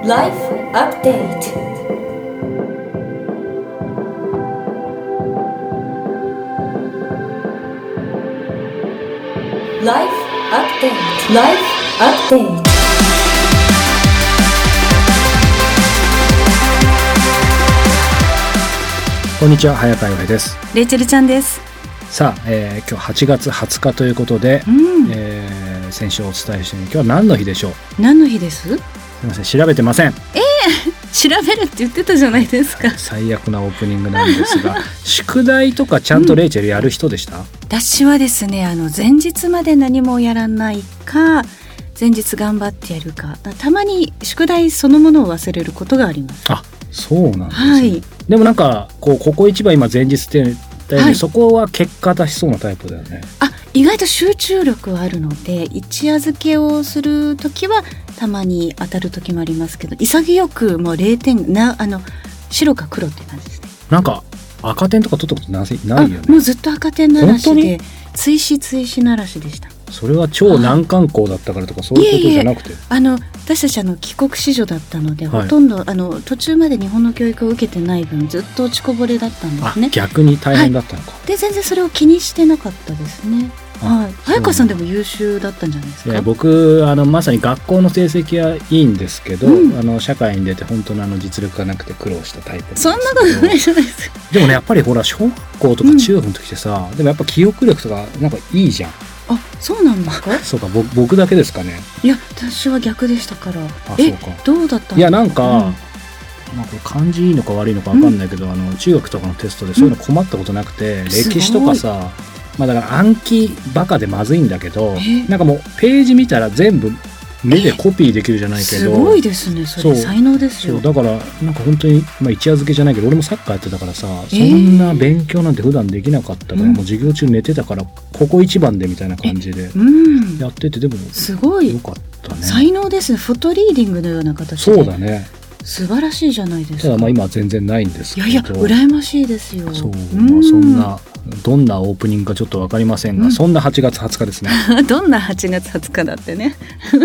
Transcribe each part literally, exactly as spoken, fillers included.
Life Update Life Update Life Update こんにちは、早川洋平です。 レイチェルちゃんです。 さあ、えー、今日はちがつはつかということで、 うんえー、先週お伝えしている今日は何の日でしょう。 何の日です？ すみません、調べてません。 えー、調べるって言ってたじゃないですか。 最悪なオープニングなんですが宿題とかちゃんとレイチェルやる人でした？うん、 私はですね、あの前日まで何もやらないか前日頑張ってやるか、たまに宿題そのものを忘れることがあります。 あ、そうなんですね、 はい、 でもなんかこうここ一番今前日って言ったように、 はい、 そこは結果出しそうなタイプだよね。 あ、意外と集中力はあるので一夜漬けをするときはたまに当たるときもありますけど、潔くもうれいてんな、あの白か黒って感じですね。 なんか赤点とか取ったことなぜないよね。 もうずっと赤点ならしで追試追試ならしでした。 それは超難関校だったからとかそういうことじゃなくて、いえいえ、 あの私たちあの帰国子女だったので、 はい、 ほとんどあの途中まで日本の教育を受けてない分ずっと落ちこぼれだったんですね。 あ、逆に大変だったのか、 はい、で全然それを気にしてなかったですね。はい、早川さんでも優秀だったんじゃないですか。 いや、僕あのまさに学校の成績はいいんですけど、うん、あの社会に出て本当にあの実力がなくて苦労したタイプなんですけど。 そんなことないじゃないですか。 でもね、やっぱりほら小学校とか中学の時ってさ、うん、でもやっぱ記憶力とかなんかいいじゃん。 あ、そうなんですか。 そうか、僕、僕だけですかね。 いや、私は逆でしたから。 あ、 え、 そうか。 どうだったんですか。 いや、なんか、うん、まあ、これ漢字いいのか悪いのか分かんないけど、うん、あの中学とかのテストでそういうの困ったことなくて、うん、歴史とかさ、まあ、だから暗記バカでまずいんだけど、なんかもうページ見たら全部目でコピーできるじゃないけど、 すごいですね。それ才能ですよ。 そうだからなんか本当に、まあ、一夜漬けじゃないけど俺もサッカーやってたからさ、そんな勉強なんて普段できなかったから、えー、もう授業中寝てたからここ一番でみたいな感じでやってて、でもすごいよかったね。 才能ですね。フォトリーディングのような形で。 そうだね、 素晴らしいじゃないですか。 ただまあ今は全然ないんですけど、 いやいや羨ましいですよ。 そう、まあ、そんなどんなオープニングかちょっと分かりませんが、うん、そんなはちがつはつかですねどんなはちがつはつかだってね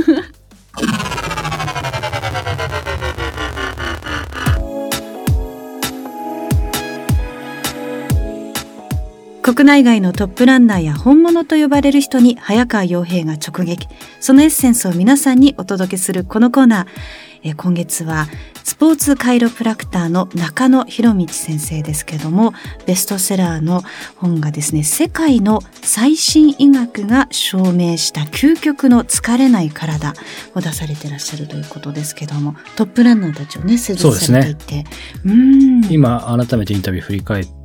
国内外のトップランナーや本物と呼ばれる人に早川洋平が直撃、そのエッセンスを皆さんにお届けするこのコーナー、えー、今月はスポーツカイロプラクターの中野博道先生ですけども、ベストセラーの本がですね、世界の最新医学が証明した究極の疲れない体を出されていらっしゃるということですけども、トップランナーたちをね施術されていて、うーん、 今改めてインタビュー振り返って、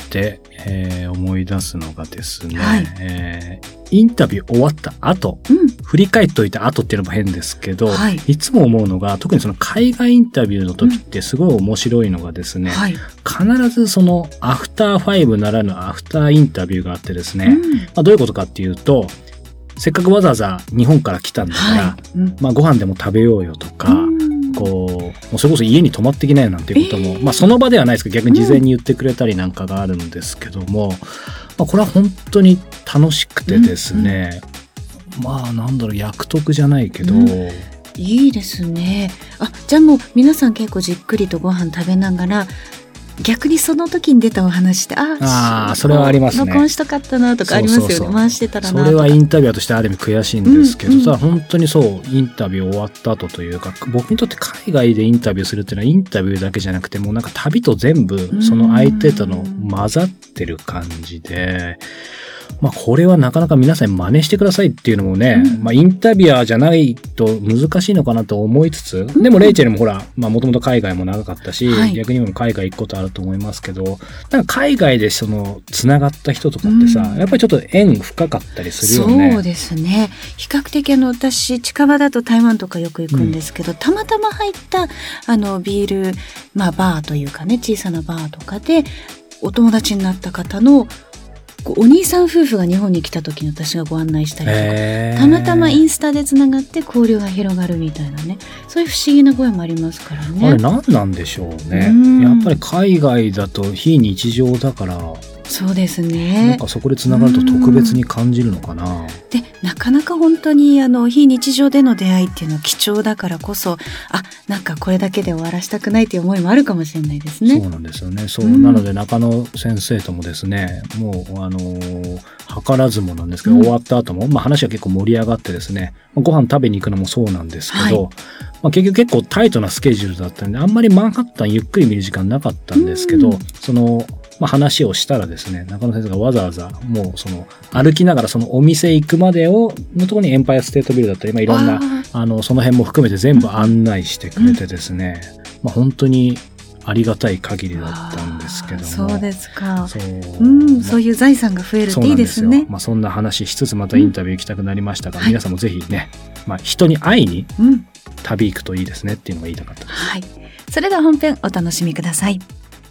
えー、思い出すのがですね、はい、えー、インタビュー終わった後、うん、振り返っといた後っていうのも変ですけど、はい、いつも思うのが特にその海外インタビューの時ってすごい面白いのがですね、うん、はい、必ずそのアフターファイブならぬアフターインタビューがあってですね、うん、まあ、どういうことかっていうと、せっかくわざわざ日本から来たんだから、はい、うん、まあ、ご飯でも食べようよとか、うん、こうもうそれこそ家に泊まってきなよなんていうことも、えー、まあその場ではないですけど逆に事前に言ってくれたりなんかがあるんですけども、うん、まあ、これは本当に楽しくてですね、うんうん、まあなんだろう、役得じゃないけど、うん、 いいですね。あ、じゃあもう皆さん結構じっくりとご飯食べながら逆にその時に出たお話で、 ああ、それはありますね。 録音したかったなとかありますよね。そうそうそう、回してたらなとか。 それはインタビュアーとしてある意味悔しいんですけど、うんうん、ただ本当にそう、インタビュー終わった後というか、僕にとって海外でインタビューするっていうのはインタビューだけじゃなくて、もうなんか旅と全部その相手との混ざってる感じで、まあこれはなかなか皆さん真似してくださいっていうのもね、うん、まあインタビュアーじゃないと難しいのかなと思いつつ、でもレイチェルもほら、まあもともと海外も長かったし、はい、逆にも海外行くことあると思いますけど、なんか海外でそのつながった人とかってさ、うん、やっぱりちょっと縁深かったりするよね。 そうですね。比較的あの私近場だと台湾とかよく行くんですけど、うん、たまたま入ったあのビール、まあバーというかね、小さなバーとかでお友達になった方のお兄さん夫婦が日本に来た時に私がご案内したりとか、たまたまインスタでつながって交流が広がるみたいなね、そういう不思議な声もありますからね。 あれ何なんでしょうね。うやっぱり海外だと非日常だから、 そうですね。 なんかそこでつながると特別に感じるのかな。 で、なかなか本当にあの非日常での出会いっていうのは貴重だからこそ、あ、 なんかこれだけで終わらしたくないという思いもあるかもしれないですね。 そうなんですよね。そう、うん、なので中野先生ともですね、もうあのー、図らずもなんですけど、うん、終わった後も、まあ、話は結構盛り上がってですね、ご飯食べに行くのもそうなんですけど、はい、まあ、結局結構タイトなスケジュールだったんで、あんまりマンハッタンゆっくり見る時間なかったんですけど、うん、そのまあ、話をしたらですね、中野先生がわざわざもうその歩きながらそのお店行くまでをのところにエンパイアステートビルだったり、まあ、いろんなあのその辺も含めて全部案内してくれてですね、うん、まあ、本当にありがたい限りだったんですけども。 そうですか。そう、うん、そういう財産が増えるっていいですね。 そうなんですよ。まあ、そんな話しつつまたインタビュー行きたくなりましたが、うん、皆さんもぜひね、まあ、人に会いに旅行くといいですねっていうのが言いたかったです。 はい。それでは本編お楽しみください。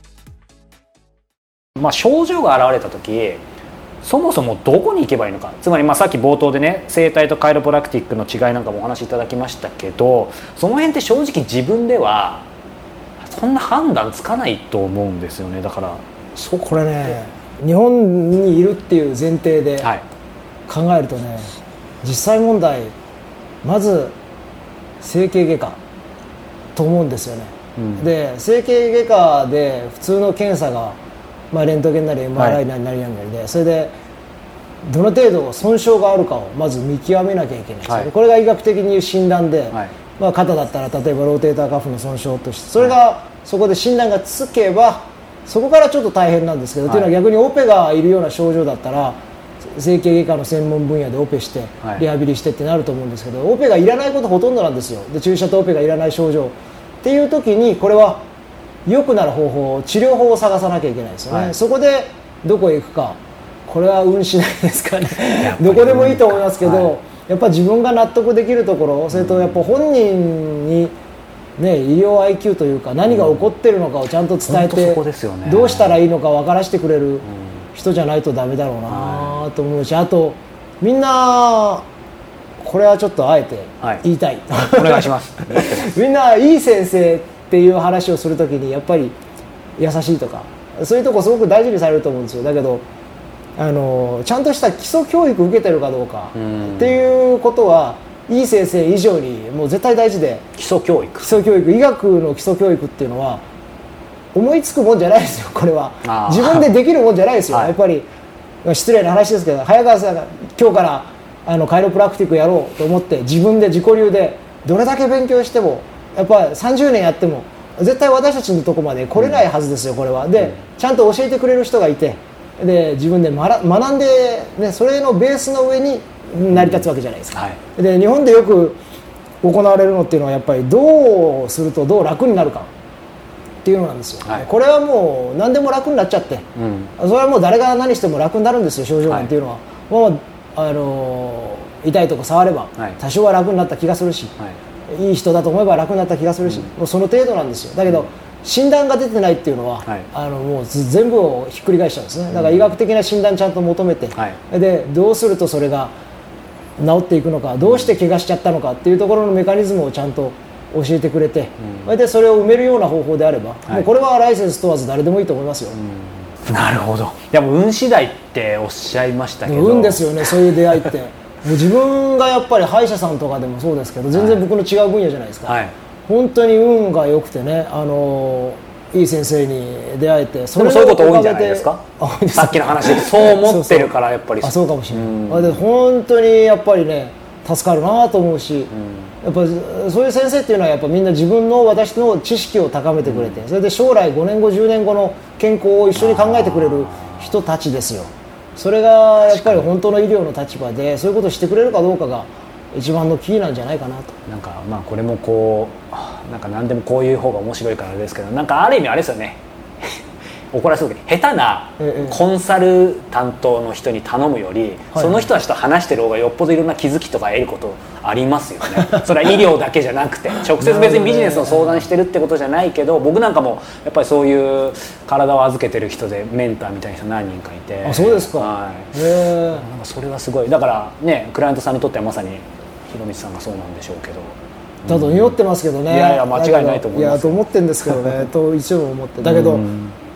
まあ、症状が現れた時そもそもどこに行けばいいのか、つまりまあさっき冒頭でね整体とカイロプラクティックの違いなんかもお話しいただきましたけど、その辺って正直自分ではそんな判断つかないと思うんですよね。だからそこれね、日本にいるっていう前提で考えるとね、はい、実際問題まず整形外科と思うんですよね、うん、で整形外科で普通の検査がまあ、レントゲンなり エムアールアイ なりなりなりで、はい、それでどの程度損傷があるかをまず見極めなきゃいけないです、はい、これが医学的に診断で、はい、まあ、肩だったら例えばローテーターカフの損傷としてそれがそこで診断がつけばそこからちょっと大変なんですけど、はい、というのは逆にオペがいるような症状だったら整形外科の専門分野でオペしてリハビリしてってなると思うんですけど、オペがいらないことほとんどなんですよ。で注射とオペがいらない症状っていう時にこれは良くなる方法、治療法を探さなきゃいけないですよね、はい、そこでどこへ行くか、これは運次第ですかねどこでもいいと思いますけど、はい、やっぱ自分が納得できるところ、それとやっぱ本人に、ね、医療 アイキュー というか何が起こってるのかをちゃんと伝えて、うんね、どうしたらいいのか分からせてくれる人じゃないとダメだろうなと思うし、あとみんなこれはちょっとあえて言いたい、 はい、お願いしますみんないい先生っていう話をするときにやっぱり優しいとかそういうとこすごく大事にされると思うんですよ。だけどあのちゃんとした基礎教育受けてるかどうかっていうことはいい先生以上にもう絶対大事で、 基礎教育基礎教育医学の基礎教育っていうのは思いつくもんじゃないですよ。これは自分でできるもんじゃないですよ、はい、やっぱり失礼な話ですけど、早川さんが今日からあのカイロプラクティックやろうと思って自分で自己流でどれだけ勉強してもやっぱりさんじゅうねんやっても絶対私たちのとこまで来れないはずですよ、これは。で、ちゃんと教えてくれる人がいて、で自分で学んで、ね、それのベースの上に成り立つわけじゃないですか、はい、で日本でよく行われるのっていうのはやっぱりどうするとどう楽になるかっていうのなんですよ、はい、これはもう何でも楽になっちゃって、うん、それはもう誰が何しても楽になるんですよ、症状なんていうのは、はい、もう、あのー、痛いとこ触れば多少は楽になった気がするし、はい、いい人だと思えば楽になった気がするし、うん、もうその程度なんですよ。だけど、うん、診断が出てないっていうのは、はい、あのもう全部をひっくり返しちゃうんですね。だから医学的な診断ちゃんと求めて、はい、でどうするとそれが治っていくのか、どうして怪我しちゃったのかっていうところのメカニズムをちゃんと教えてくれて、うん、でそれを埋めるような方法であれば、はい、もうこれはライセンス問わず誰でもいいと思いますよ、 うん、なるほど。でも運次第っておっしゃいましたけど、 運ですよね、そういう出会いってもう自分がやっぱり歯医者さんとかでもそうですけど、全然僕の違う分野じゃないですか、はい、本当に運が良くてね、あのいい先生に出会えて、 それでもそういうこと多いんじゃないですかさっきの話でそう思ってるからやっぱりそうそう、あ、そうかもしれない、うん、で本当にやっぱりね助かるなと思うし、うん、やっぱそういう先生っていうのはやっぱみんな自分の私の知識を高めてくれて、うん、それで将来ごねんごじゅうねんごの健康を一緒に考えてくれる人たちですよ。それがやっぱり本当の医療の立場でそういうことをしてくれるかどうかが一番のキーなんじゃないかなと。 なんかまあこれもこうなんか何でもこういう方が面白いからですけど、なんかある意味あれですよね怒らせる時に下手なコンサル担当の人に頼むより、ええ、その人たちと話してる方がよっぽどいろんな気づきとか得ることありますよねそれは医療だけじゃなくて直接別にビジネスの相談してるってことじゃないけど、僕なんかもやっぱりそういう体を預けてる人でメンターみたいな人何人かいて。 あ、そうですか、 はい、へなんかそれはすごい。だからね、クライアントさんにとってはまさにひろみつさんがそうなんでしょうけど、 だと祈ってますけどね、 いやいや間違いないと思います。 いやと思ってるんですけどねと一応思って、だけど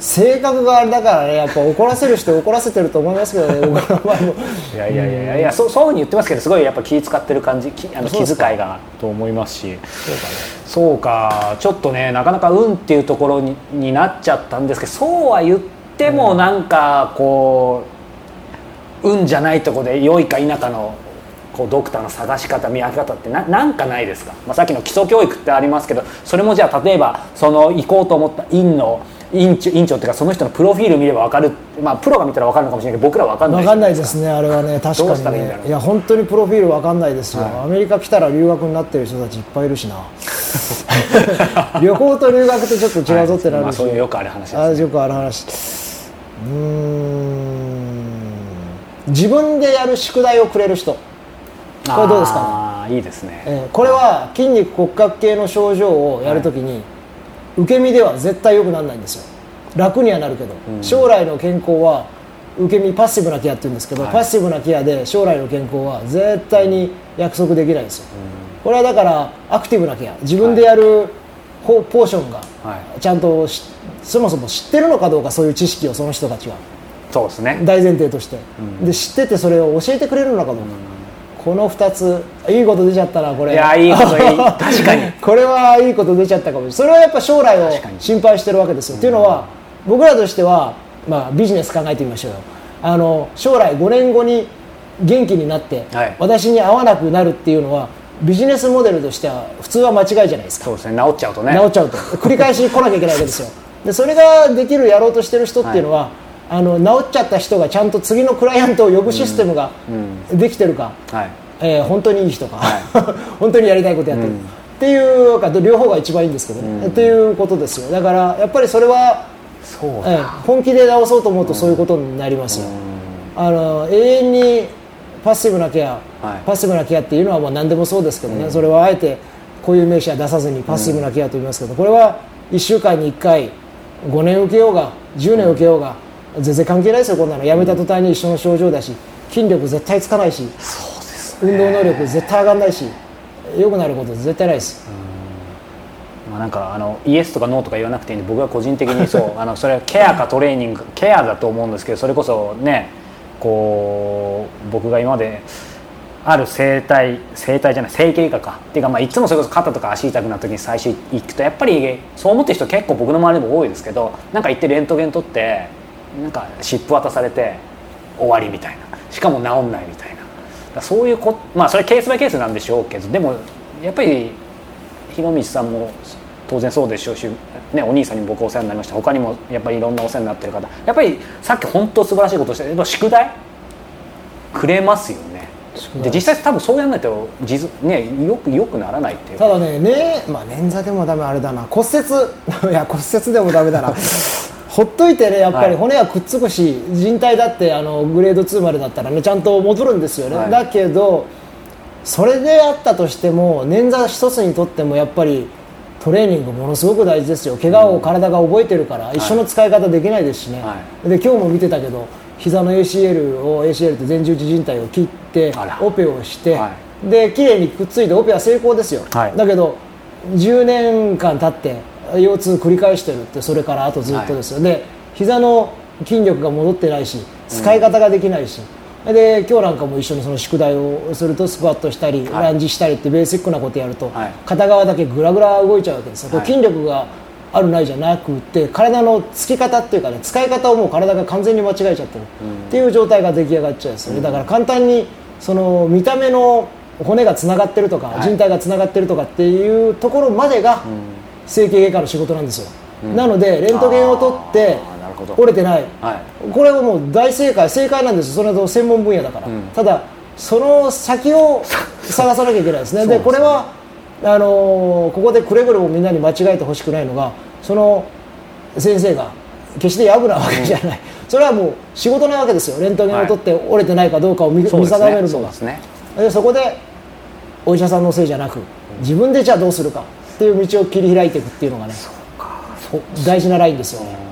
性格があれだからね、やっぱ怒らせる人怒らせてると思いますけどね僕の場合もいやいやいやいや、そう、そういうふうに言ってますけど、すごいやっぱ気使ってる感じ、あの気遣いがと思いますし、そうかね、そうか、ちょっとねなかなか運っていうところにになっちゃったんですけど、そうは言ってもなんかこう、うん、運じゃないところで良いか否かのこうドクターの探し方見分け方って な, なんかないですか、まあ、さっきの基礎教育ってありますけど、それもじゃあ例えばその行こうと思った院の院長、院長っていうかその人のプロフィール見れば分かる、まあプロが見たら分かるのかもしれないけど僕らは分かんない分かんないですね、あれはね、確かにね、いや本当にプロフィール分かんないですよ、はい、アメリカ来たら留学になってる人たちいっぱいいるしな旅行と留学ってちょっと違うぞってなるし、はい、まあ、そういうよくある話ですね、あよくある話、うーん、自分でやる宿題をくれる人、これどうですかね。 あいいですね、 えー、これは筋肉骨格系の症状をやるときに、はい、受け身では絶対良くならないんですよ。楽にはなるけど、うん、将来の健康は受け身パッシブなケアって言うんですけど、はい、パッシブなケアで将来の健康は絶対に約束できないんですよ、うん、これはだからアクティブなケア、自分でやるポーションがちゃんとそもそも知ってるのかどうか、そういう知識をその人たちはそうですね、 大前提として、うん、で知っててそれを教えてくれるのかどうか、うん、このふたついいこと出ちゃったなこれ。 いやいいこといい確かにこれはいいこと出ちゃったかもしれない。それはやっぱ将来を心配してるわけですよ。っていうのは僕らとしては、まあ、ビジネス考えてみましょうよ。あの将来ごねんごに元気になって、はい、私に合わなくなるっていうのはビジネスモデルとしては普通は間違いじゃないですか。 そうですね、治っちゃうとね、 治っちゃうと繰り返し来なきゃいけないわけですよ。でそれができる、やろうとしてる人っていうのは、はい、あの治っちゃった人がちゃんと次のクライアントを呼ぶシステムができてるか、うんうん、はい、えー、本当にいい人か、はい、本当にやりたいことやってる、うん、っていうか両方が一番いいんですけどね、うん、っていうことですよ。だからやっぱりそれはそう、えー、本気で治そうと思うとそういうことになりますよ、うん、あの永遠にパッシブなケア、はい、パッシブなケアっていうのはまあ何でもそうですけどね、うん、それはあえてこういう名詞は出さずにパッシブなケアと言いますけど、これはいっしゅうかんにいっかいごねん受けようがじゅうねん受けようが全然関係ないですよ。こんなのやめた途端に一緒の症状だし、筋力絶対つかないし、そうですね、運動能力絶対上がらないし、良くなること絶対ないです。 うん、まあ、なんかあのイエスとかノーとか言わなくていいんで、僕は個人的にそうあのそれはケアかトレーニング、ケアだと思うんですけど、それこそね、こう僕が今まである整体整体じゃない整形外科かっていうか、まあ、いつもそれこそ肩とか足痛くなった時に最初行くとやっぱりそう思ってる人結構僕の周りでも多いですけど、なんか行ってレントゲン取ってなんか湿布渡されて終わりみたいな、しかも治んないみたいな、そういうこ、まあそれケースバイケースなんでしょうけど、でもやっぱり広道さんも当然そうでしょうし、ね、お兄さんに僕お世話になりました。他にもやっぱりいろんなお世話になってる方、やっぱりさっき本当素晴らしいことをして、宿題くれますよね。で実際多分そうやらないと、ね、よくよくならないっていう。 ただね、ね、まあ、捻挫でもダメ、あれだな、骨折いや骨折でもダメだなほっといてね、やっぱり骨はくっつくし、はい、靭帯だってあのグレードツーまでだったらねちゃんと戻るんですよね、はい、だけどそれであったとしても捻挫一つにとってもやっぱりトレーニングものすごく大事ですよ。怪我を体が覚えてるから、うん、一緒の使い方できないですしね、はい、で今日も見てたけど膝の エーシーエル を エーシーエル って前十字靭帯を切ってオペをして、はい、で綺麗にくっついてオペは成功ですよ、はい、だけどじゅうねんかん経って腰痛繰り返してるって、それからあとずっとですよ、はい、で膝の筋力が戻ってないし使い方ができないし、うん、で今日なんかも一緒にその宿題をするとスクワットしたり、はい、ランジしたりってベーシックなことやると、はい、片側だけグラグラ動いちゃうわけですよ、はい、筋力があるないじゃなくて体のつき方っていうかね、使い方をもう体が完全に間違えちゃってる、うん、っていう状態が出来上がっちゃうんですよね、うん、だから簡単にその見た目の骨がつながってるとか、はい、靭帯がつながってるとかっていうところまでが、うん、整形外科の仕事なんですよ、うん、なのでレントゲンを取って折れてない、はい、これはもう大正解正解なんですよ。それは専門分野だから、うん、ただその先を探さなきゃいけないですねでこれはあのー、ここでくれぐれもみんなに間違えてほしくないのが、その先生が決してやぶなわけじゃない、うん、それはもう仕事なわけですよ。レントゲンを取って折れてないかどうかを見、はい、見定めるのが そ, ね そ, でそこでお医者さんのせいじゃなく自分でじゃあどうするかっていう道を切り開いていくっていうのがね、そうか、そう大事なラインですよね。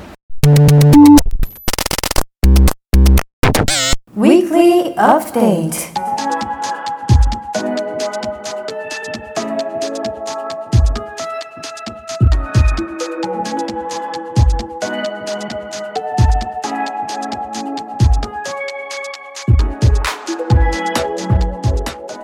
Weekly Update。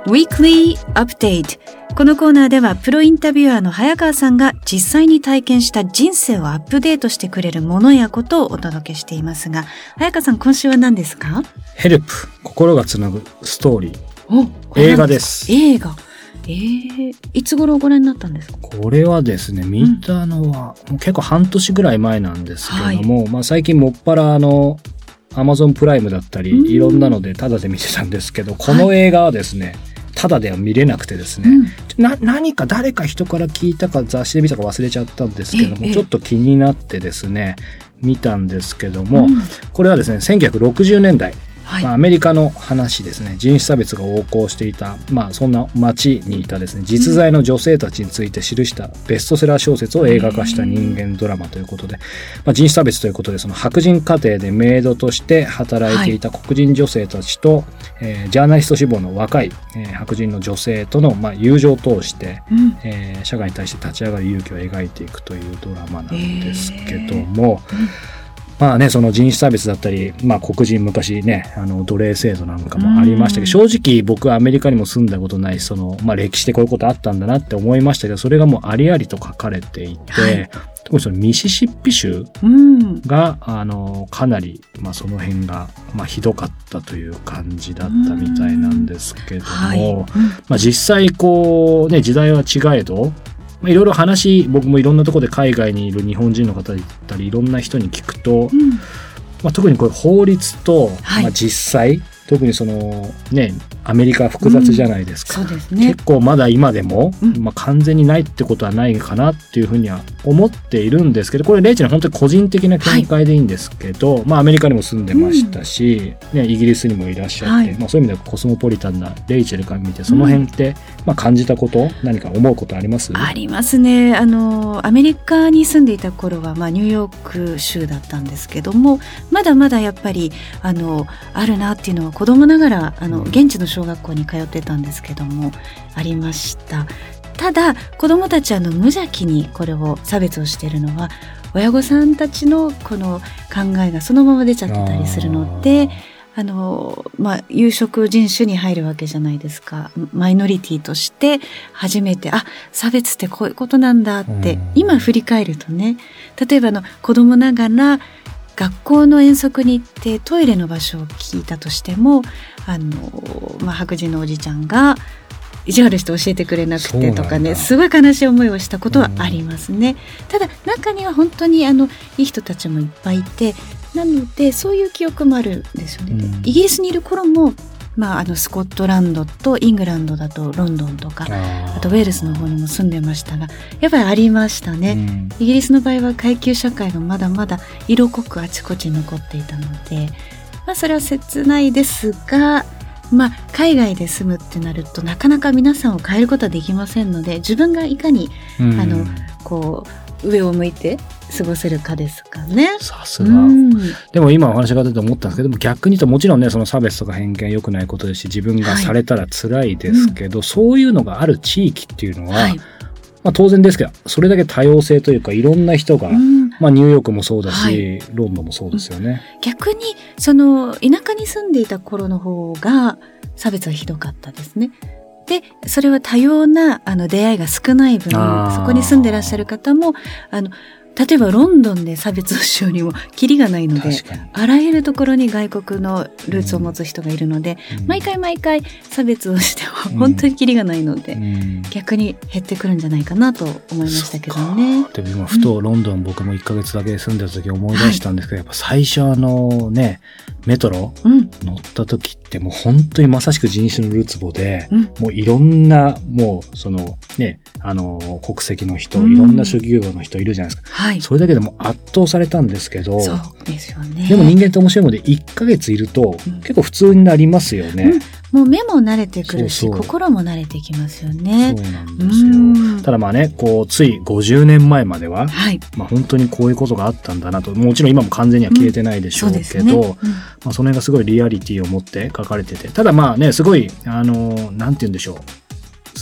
Weekly Update。このコーナーではプロインタビュアーの早川さんが実際に体験した人生をアップデートしてくれるものやことをお届けしていますが、早川さん、今週は何ですか？ ヘルプ、心がつなぐストーリー。 お、 映画です。 映画。えー、いつ頃ご覧になったんですか？ これはですね、見たのは、うん、結構半年ぐらい前なんですけれども、はい、まあ最近もっぱらあの、Amazon プライムだったり、うん、いろんなのでタダで見てたんですけど、この映画はですね、はい、タダでは見れなくてですね、うん、な何か誰か人から聞いたか雑誌で見たか忘れちゃったんですけども、ちょっと気になってですね見たんですけども、うん、これはですねせんきゅうひゃくろくじゅうねんだい、はい、まあ、アメリカの話ですね。人種差別が横行していた、まあ、そんな街にいたですね実在の女性たちについて記したベストセラー小説を映画化した人間ドラマということで、まあ、人種差別ということでその白人家庭でメイドとして働いていた黒人女性たちと、はい、えー、ジャーナリスト志望の若い、えー、白人の女性との、まあ、友情を通して、うん、えー、社会に対して立ち上がる勇気を描いていくというドラマなんですけども、えーうん、まあね、その人種差別だったり、まあ黒人昔ね、あの奴隷制度なんかもありましたけど、正直僕はアメリカにも住んだことないその、まあ歴史でこういうことあったんだなって思いましたけど、それがもうありありと書かれていて、はい、特にそのミシシッピ州が、あの、かなり、まあその辺が、まあひどかったという感じだったみたいなんですけども、はい、まあ実際こうね、時代は違えど、いろいろ話、僕もいろんなところで海外にいる日本人の方だったりいろんな人に聞くと、うん、まあ、特にこれ法律と、はい、まあ、実際特にそのねアメリカは複雑じゃないですか、うん、そうですね、結構まだ今でも、うん、まあ、完全にないってことはないかなっていうふうには思っているんですけど、これレイチェル本当に個人的な見解でいいんですけど、はい、まあ、アメリカにも住んでましたし、うん、ね、イギリスにもいらっしゃって、はい、まあ、そういう意味ではコスモポリタンなレイチェルから見てその辺って、うん、まあ、感じたこと、何か思うことあります？ ありますね。あのアメリカに住んでいた頃は、まあ、ニューヨーク州だったんですけども、まだまだやっぱりあのあるなっていうのは子供ながらあの現地の小学校に通ってたんですけども、ありました。ただ子どもたちはあの無邪気にこれを差別をしているのは親御さんたちのこの考えがそのまま出ちゃってたりするので、あの、まあ、有色人種に入るわけじゃないですか。マイノリティとして初めて、あ、差別ってこういうことなんだって今振り返るとね、例えばあの子どもながら学校の遠足に行ってトイレの場所を聞いたとしても、あの、まあ、白人のおじちゃんが意地悪して教えてくれなくてとかね、すごい悲しい思いをしたことはありますね。ただ中には本当にあのいい人たちもいっぱいいて、なのでそういう記憶もあるんですよね。でイギリスにいる頃も、まあ、あのスコットランドとイングランドだとロンドンとか あ, あとウェールズの方にも住んでましたが、やっぱりありましたね、うん、イギリスの場合は階級社会がまだまだ色濃くあちこちに残っていたので、まあ、それは切ないですが、まあ、海外で住むってなるとなかなか皆さんを変えることはできませんので、自分がいかに、うん、あのこう上を向いて過ごせるかですかね。 さすが、うん、でも今お話が出て思ったんですけども、逆に言うともちろんねその差別とか偏見は良くないことですし、自分がされたら辛いですけど、はい、うん、そういうのがある地域っていうのは、はい、まあ、当然ですけどそれだけ多様性というかいろんな人が、うん、まあ、ニューヨークもそうだし、はい、ロンドンもそうですよね、 うん、逆にその田舎に住んでいた頃の方が差別はひどかったですね。でそれは多様なあの出会いが少ない分、そこに住んでらっしゃる方もあの例えばロンドンで差別をしようにもキリがないので、あらゆるところに外国のルーツを持つ人がいるので、うん、毎回毎回差別をしても本当にキリがないので、うん、逆に減ってくるんじゃないかなと思いましたけどね。 でも今ふとロンドン、うん、僕もいっかげつだけ住んでた時思い出したんですけど、はい、やっぱ最初あのねメトロ、うん、乗った時ってもう本当にまさしく人種のるつぼで、うん、もういろんなもうそのねあの国籍の人、うん、いろんな職業の人いるじゃないですか、はい、それだけでも圧倒されたんですけど、 そうですよね。 でも人間って面白いのでいっかげついると、うん、結構普通になりますよね、 うん、もう目も慣れてくるし、そうそう心も慣れてきますよね。 そうなんですよ。ただまあねこうついごじゅうねんまえまでは、はい、まあ、本当にこういうことがあったんだなと、もちろん今も完全には消えてないでしょうけど、うん、 そ, う、ね、うん、まあ、その辺がすごいリアリティを持って書かれてて、ただまあねすごいあのなんて言うんでしょう、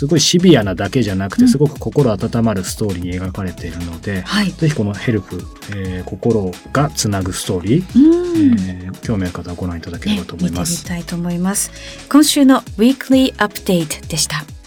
すごいシビアなだけじゃなくてすごく心温まるストーリーに描かれているので、はい、ぜひこのヘルプ、えー、心がつなぐストーリー、うんえー、興味ある方はご覧いただければと思います、 ね、見てみたいと思います。今週の Weekly Update でした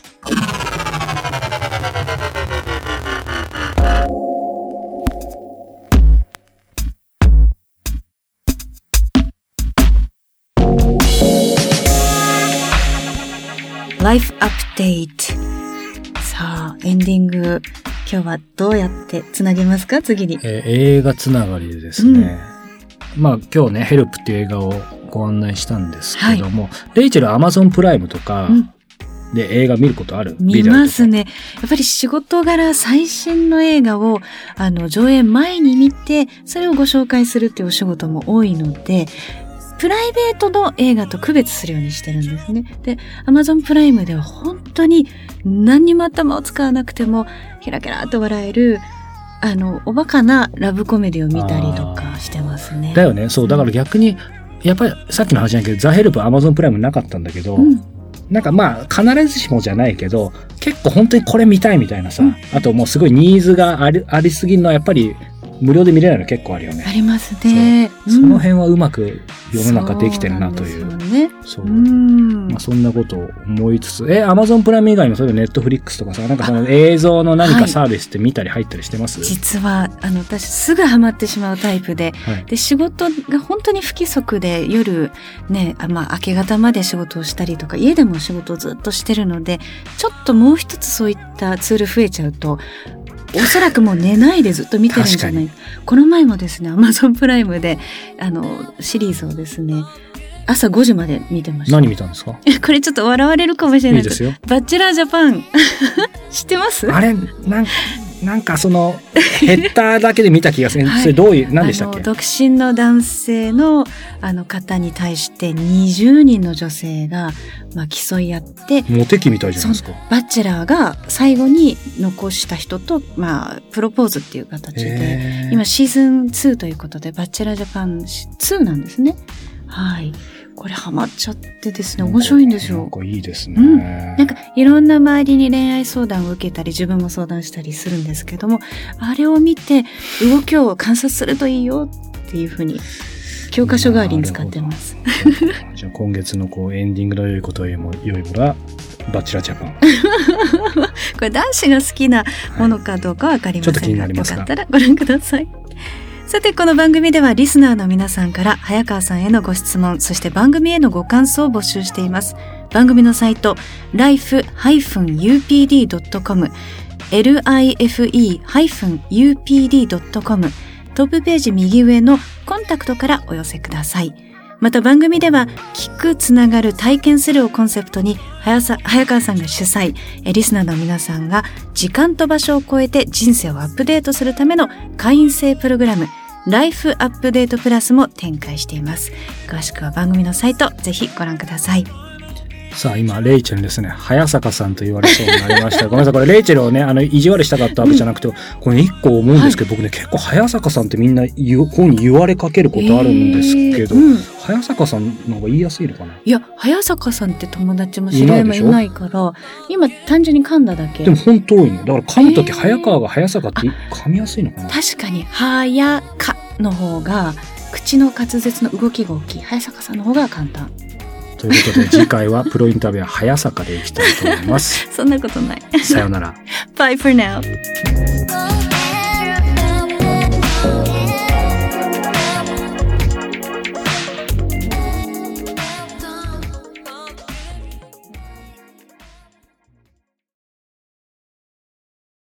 。Life Update。さあ、エンディング。今日はどうやってつなげますか、次に。 えー、映画つながりでですね。うん、まあ今日ね、ヘルプっていう映画をご案内したんですけども、はい、レイチェルは Amazon プライムとかで映画見ることある？ 見ますね。やっぱり仕事柄最新の映画をあの上映前に見て、それをご紹介するっていうお仕事も多いので、プライベートの映画と区別するようにしてるんですね。で、Amazon プライムでは本当に何にも頭を使わなくてもキラキラと笑えるあのおバカなラブコメディを見たりとかしてますね。 だよね。そうだから逆にやっぱりさっきの話だけど、ザ・ヘルプ Amazon プライムなかったんだけど、うん、なんかまあ必ずしもじゃないけど結構本当にこれ見たいみたいなさ、うん、あともうすごいニーズがあり、ありすぎるのはやっぱり無料で見れないの結構あるよね。 ありますね。 そ, その辺はうまく世の中できてるなという。そうなんですよね。そう。うんまあ、そんなことを思いつつ、え、Amazon プライム以外もそういう Netflix とかさ、なんかその映像の何かサービスって見たり入ったりしてます？ はい、実は、あの、私すぐハマってしまうタイプで、はい、で、仕事が本当に不規則で夜ね、あまあ明け方まで仕事をしたりとか、家でも仕事をずっとしてるので、ちょっともう一つそういったツール増えちゃうと、おそらくもう寝ないでずっと見てるんじゃない。この前もですね、Amazon プライムで、あの、シリーズをですね、朝ごじまで見てました。 何見たんですか？ これちょっと笑われるかもしれない。 いいですよ。 バチェラージャパン。知ってます？ あれ、なんか、なんかその、ヘッダーだけで見た気がする。はい、それどういう、何でしたっけ？ 独身の男性の、あの方に対してにじゅうにんの女性が、まあ、競い合って。 モテ期みたいじゃないですか。 バチェラーが最後に残した人と、まあ、プロポーズっていう形で、今シーズンツーということで、バチェラージャパンツーなんですね。はい。これハマっちゃってですね、面白いんですよ。 なんかいいですね。 うん。なんかいろんな周りに恋愛相談を受けたり、自分も相談したりするんですけども、あれを見て動きを観察するといいよっていうふうに教科書代わりに使ってます。 じゃあ今月のこうエンディングの良いことよりも良いものはバチェラージャパン。 これ男子が好きなものかどうかわかりませんが、はい、ちょっと気になりますが、よかったらご覧ください。さて、この番組ではリスナーの皆さんから早川さんへのご質問、そして番組へのご感想を募集しています。番組のサイト ライフ ユーピーディー ドット コム ライフ ユーピーディー ドット コム トップページ右上のコンタクトからお寄せください。また番組では聞くつながる体験するをコンセプトに早さ早川さんが主催、リスナーの皆さんが時間と場所を超えて人生をアップデートするための会員制プログラムライフアップデートプラスも展開しています。詳しくは番組のサイトぜひご覧ください。 さあ今レイチェルですね、早坂さんと言われそうになりましたごめんなさい、これレイチェルをねあの意地悪したかったわけじゃなくて、うん、これ一個思うんですけど、はい、僕ね結構早坂さんってみんな言う方に言われかけることあるんですけど、えーうん、早坂さんの方が言いやすいのかな。 いや早坂さんって友達も知り合いもいないから今単純に噛んだだけ。 でも本当多いのだから噛むとき、えー、早川が早坂って噛みやすいのかな。 確かに早かの方が口の滑舌の動きが大きい。早坂さんの方が簡単ということで次回はプロインタビューは早坂でいきたいと思います。 そんなことない。 さようなら。 Bye for now.